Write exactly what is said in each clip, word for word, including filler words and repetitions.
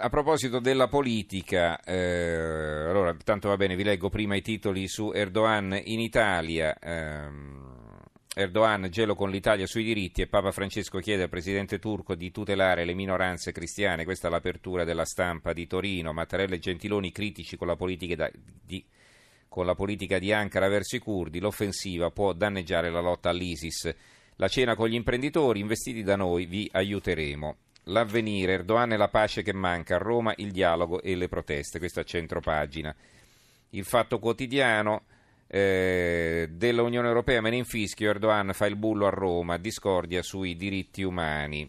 a proposito della politica, eh, allora tanto va bene, vi leggo prima i titoli su Erdogan in Italia. ehm, Erdogan, gelo con l'Italia sui diritti e Papa Francesco chiede al presidente turco di tutelare le minoranze cristiane. Questa è l'apertura della Stampa di Torino. Mattarella e Gentiloni critici con la politica da, di, con la politica di Ankara verso i curdi. L'offensiva può danneggiare la lotta all'ISIS. La cena con gli imprenditori, investiti da noi, vi aiuteremo. L'Avvenire, Erdogan e la pace che manca, a Roma il dialogo e le proteste. Questo a centropagina. Il Fatto Quotidiano, Eh, dell'Unione Europea me ne infischio, Erdogan fa il bullo a Roma, discordia sui diritti umani.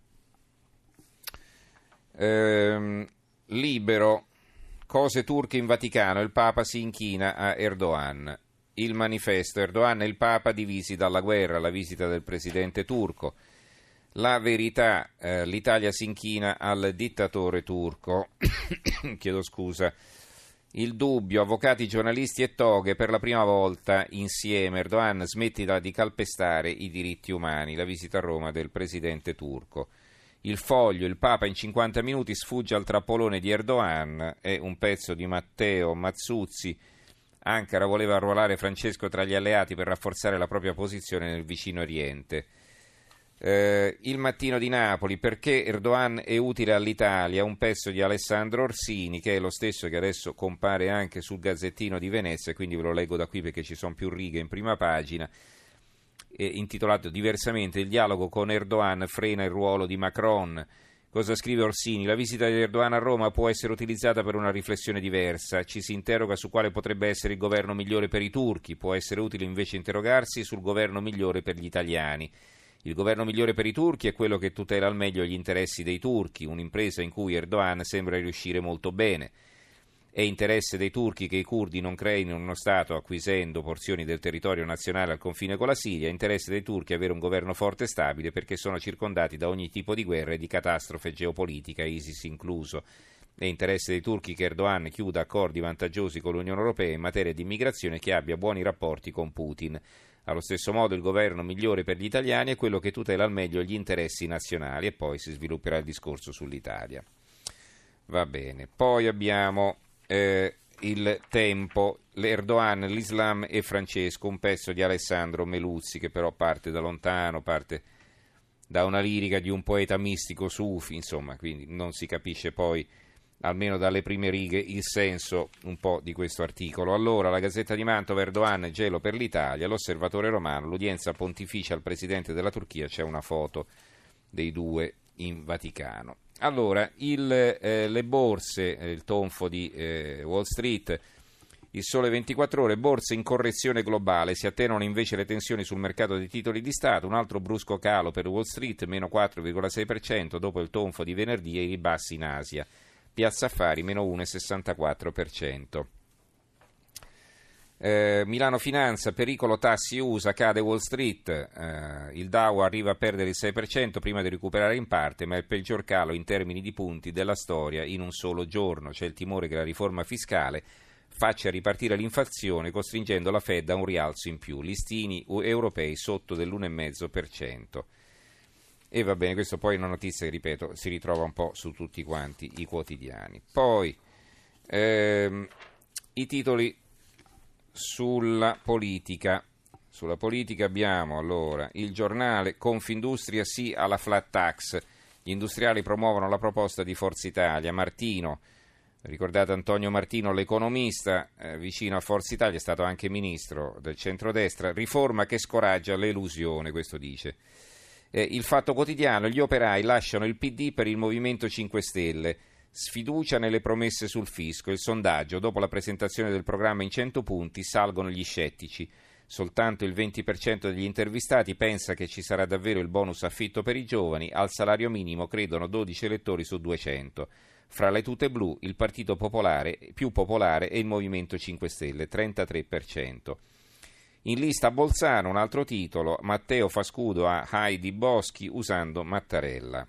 eh, Libero, cose turche in Vaticano, il Papa si inchina a Erdogan. Il Manifesto, Erdogan e il Papa divisi dalla guerra, la visita del presidente turco. La Verità, eh, l'Italia si inchina al dittatore turco. Chiedo scusa. Il Dubbio, avvocati, giornalisti e toghe per la prima volta insieme. Erdogan smettila di calpestare i diritti umani. La visita a Roma del presidente turco. Il Foglio, il Papa in cinquanta minuti sfugge al trappolone di Erdogan. È un pezzo di Matteo Mazzuzzi. Ankara voleva arruolare Francesco tra gli alleati per rafforzare la propria posizione nel vicino Oriente. Eh, il Mattino di Napoli, perché Erdogan è utile all'Italia, un pezzo di Alessandro Orsini, che è lo stesso che adesso compare anche sul Gazzettino di Venezia, quindi ve lo leggo da qui perché ci sono più righe in prima pagina, eh, intitolato diversamente: il dialogo con Erdogan frena il ruolo di Macron. Cosa scrive Orsini? La visita di Erdogan a Roma può essere utilizzata per una riflessione diversa. Ci si interroga su quale potrebbe essere il governo migliore per i turchi, può essere utile invece interrogarsi sul governo migliore per gli italiani. Il governo migliore per i turchi è quello che tutela al meglio gli interessi dei turchi, un'impresa in cui Erdogan sembra riuscire molto bene. È interesse dei turchi che i curdi non creino uno Stato acquisendo porzioni del territorio nazionale al confine con la Siria. È interesse dei turchi avere un governo forte e stabile perché sono circondati da ogni tipo di guerra e di catastrofe geopolitica, ISIS incluso. È interesse dei turchi che Erdogan chiuda accordi vantaggiosi con l'Unione Europea in materia di immigrazione e che abbia buoni rapporti con Putin. Allo stesso modo il governo migliore per gli italiani è quello che tutela al meglio gli interessi nazionali, e poi si svilupperà il discorso sull'Italia. Va bene. Poi abbiamo eh, il Tempo, l'Erdogan, l'Islam e Francesco, un pezzo di Alessandro Meluzzi che però parte da lontano, parte da una lirica di un poeta mistico sufi, insomma, quindi non si capisce poi, almeno dalle prime righe, il senso un po' di questo articolo. Allora, la Gazzetta di Mantova, Erdogan, gelo per l'Italia. L'Osservatore Romano, l'udienza pontificia al presidente della Turchia, c'è una foto dei due in Vaticano. Allora, il, eh, le borse, eh, il tonfo di eh, Wall Street, il Sole ventiquattro Ore, borse in correzione globale, si attenuano invece le tensioni sul mercato dei titoli di Stato, un altro brusco calo per Wall Street, meno quattro virgola sei per cento dopo il tonfo di venerdì e i ribassi in Asia. Piazza Affari meno uno virgola sessantaquattro per cento. Eh, Milano Finanza, pericolo tassi U S A, cade Wall Street, eh, il Dow arriva a perdere il sei per cento prima di recuperare in parte, ma è il peggior calo in termini di punti della storia in un solo giorno. C'è il timore che la riforma fiscale faccia ripartire l'inflazione costringendo la Fed a un rialzo in più, listini europei sotto dell'uno virgola cinque per cento. E va bene, questo poi è una notizia che, ripeto, si ritrova un po' su tutti quanti i quotidiani. Poi ehm, i titoli sulla politica. Sulla politica abbiamo allora il Giornale, Confindustria sì alla flat tax, gli industriali promuovono la proposta di Forza Italia. Martino, ricordate Antonio Martino, l'economista, eh, vicino a Forza Italia, è stato anche ministro del centrodestra, riforma che scoraggia l'elusione, questo dice. Eh, il Fatto Quotidiano, gli operai lasciano il P D per il Movimento cinque Stelle, sfiducia nelle promesse sul fisco, il sondaggio, dopo la presentazione del programma in cento punti salgono gli scettici, soltanto il venti per cento degli intervistati pensa che ci sarà davvero il bonus affitto per i giovani, al salario minimo credono dodici elettori su duecento, fra le tute blu il partito popolare più popolare è il Movimento cinque Stelle, trentatré per cento. In lista a Bolzano, un altro titolo, Matteo fa scudo a Heidi Boschi usando Mattarella.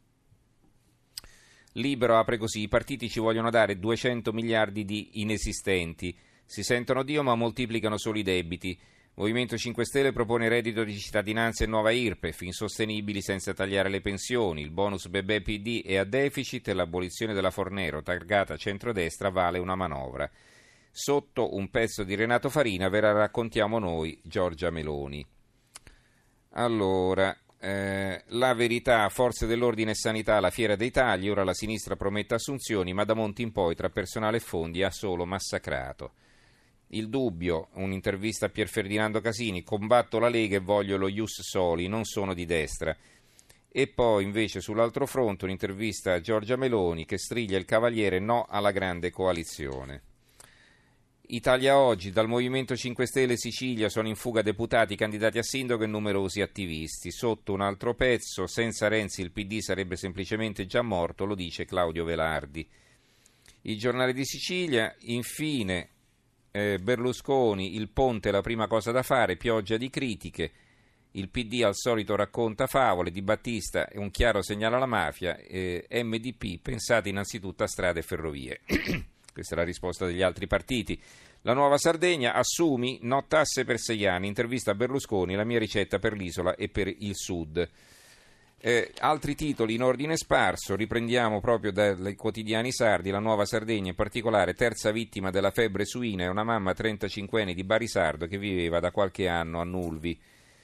Libero apre così, i partiti ci vogliono dare duecento miliardi di inesistenti, si sentono Dio ma moltiplicano solo i debiti, Movimento cinque Stelle propone reddito di cittadinanza e nuova I R P E F, insostenibili senza tagliare le pensioni, il bonus bebè P D è a deficit e l'abolizione della Fornero, targata centrodestra, vale una manovra. Sotto un pezzo di Renato Farina ve la raccontiamo noi, Giorgia Meloni. Allora, eh, la verità, forze dell'ordine e sanità, la fiera dei tagli, ora la sinistra promette assunzioni, ma da Monti in poi tra personale e fondi ha solo massacrato. Il Dubbio, un'intervista a Pier Ferdinando Casini, combatto la Lega e voglio lo Ius Soli, non sono di destra. E poi invece sull'altro fronte un'intervista a Giorgia Meloni che striglia il cavaliere no alla grande coalizione. Italia Oggi, dal Movimento cinque Stelle Sicilia sono in fuga deputati candidati a sindaco e numerosi attivisti. Sotto un altro pezzo, senza Renzi il P D sarebbe semplicemente già morto, lo dice Claudio Velardi. Il Giornale di Sicilia, infine... Eh, Berlusconi, il ponte è la prima cosa da fare, pioggia di critiche, il P D al solito racconta favole, Di Battista un chiaro segnale alla mafia, eh, M D P pensate innanzitutto a strade e ferrovie. Questa è la risposta degli altri partiti. La Nuova Sardegna, assumi, no tasse per sei anni, intervista a Berlusconi, la mia ricetta per l'isola e per il sud. Eh, altri titoli in ordine sparso, riprendiamo proprio dai quotidiani sardi. La Nuova Sardegna, in particolare terza vittima della febbre suina è una mamma trentacinquenne di Barisardo che viveva da qualche anno a Nulvi.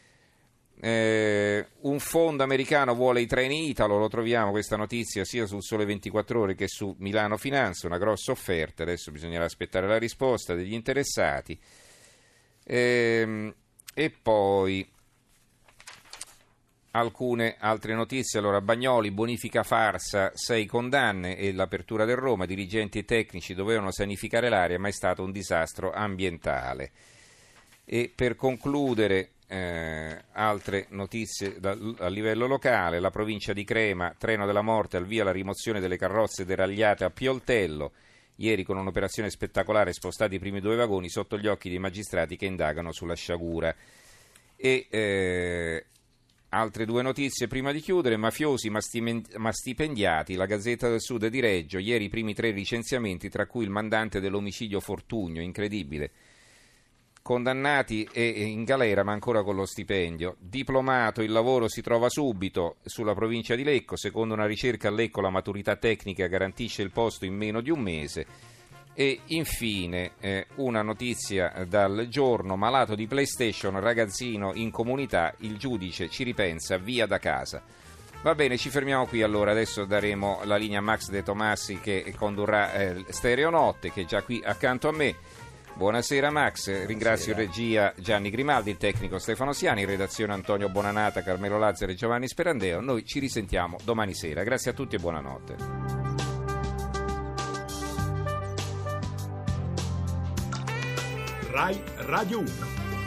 Eh, un fondo americano vuole i treni Italo, lo troviamo questa notizia sia sul Sole ventiquattro Ore che su Milano Finanza, una grossa offerta, adesso bisognerà aspettare la risposta degli interessati. Eh, e poi alcune altre notizie. Allora, Bagnoli, bonifica farsa, sei condanne e l'apertura del Roma, dirigenti e tecnici dovevano sanificare l'aria ma è stato un disastro ambientale. E per concludere eh, altre notizie da, a livello locale, la provincia di Crema, treno della morte, al via la rimozione delle carrozze deragliate a Pioltello, ieri con un'operazione spettacolare spostati i primi due vagoni sotto gli occhi dei magistrati che indagano sulla sciagura. E eh, altre due notizie prima di chiudere, mafiosi ma stipendiati, la Gazzetta del Sud di Reggio, ieri i primi tre licenziamenti tra cui il mandante dell'omicidio Fortugno, incredibile, condannati e in galera ma ancora con lo stipendio. Diplomato, il lavoro si trova subito sulla provincia di Lecco, secondo una ricerca a Lecco la maturità tecnica garantisce il posto in meno di un mese. E infine eh, una notizia dal giorno, malato di PlayStation, ragazzino in comunità, il giudice ci ripensa, via da casa. Va bene, ci fermiamo qui allora, adesso daremo la linea a Max De Tomassi che condurrà eh, Stereo Notte, che è già qui accanto a me. Buonasera Max, ringrazio in regia Gianni Grimaldi, il tecnico Stefano Siani, in redazione Antonio Bonanata, Carmelo Lazzaro e Giovanni Sperandeo. Noi ci risentiamo domani sera, grazie a tutti e buonanotte. Rai Radio uno.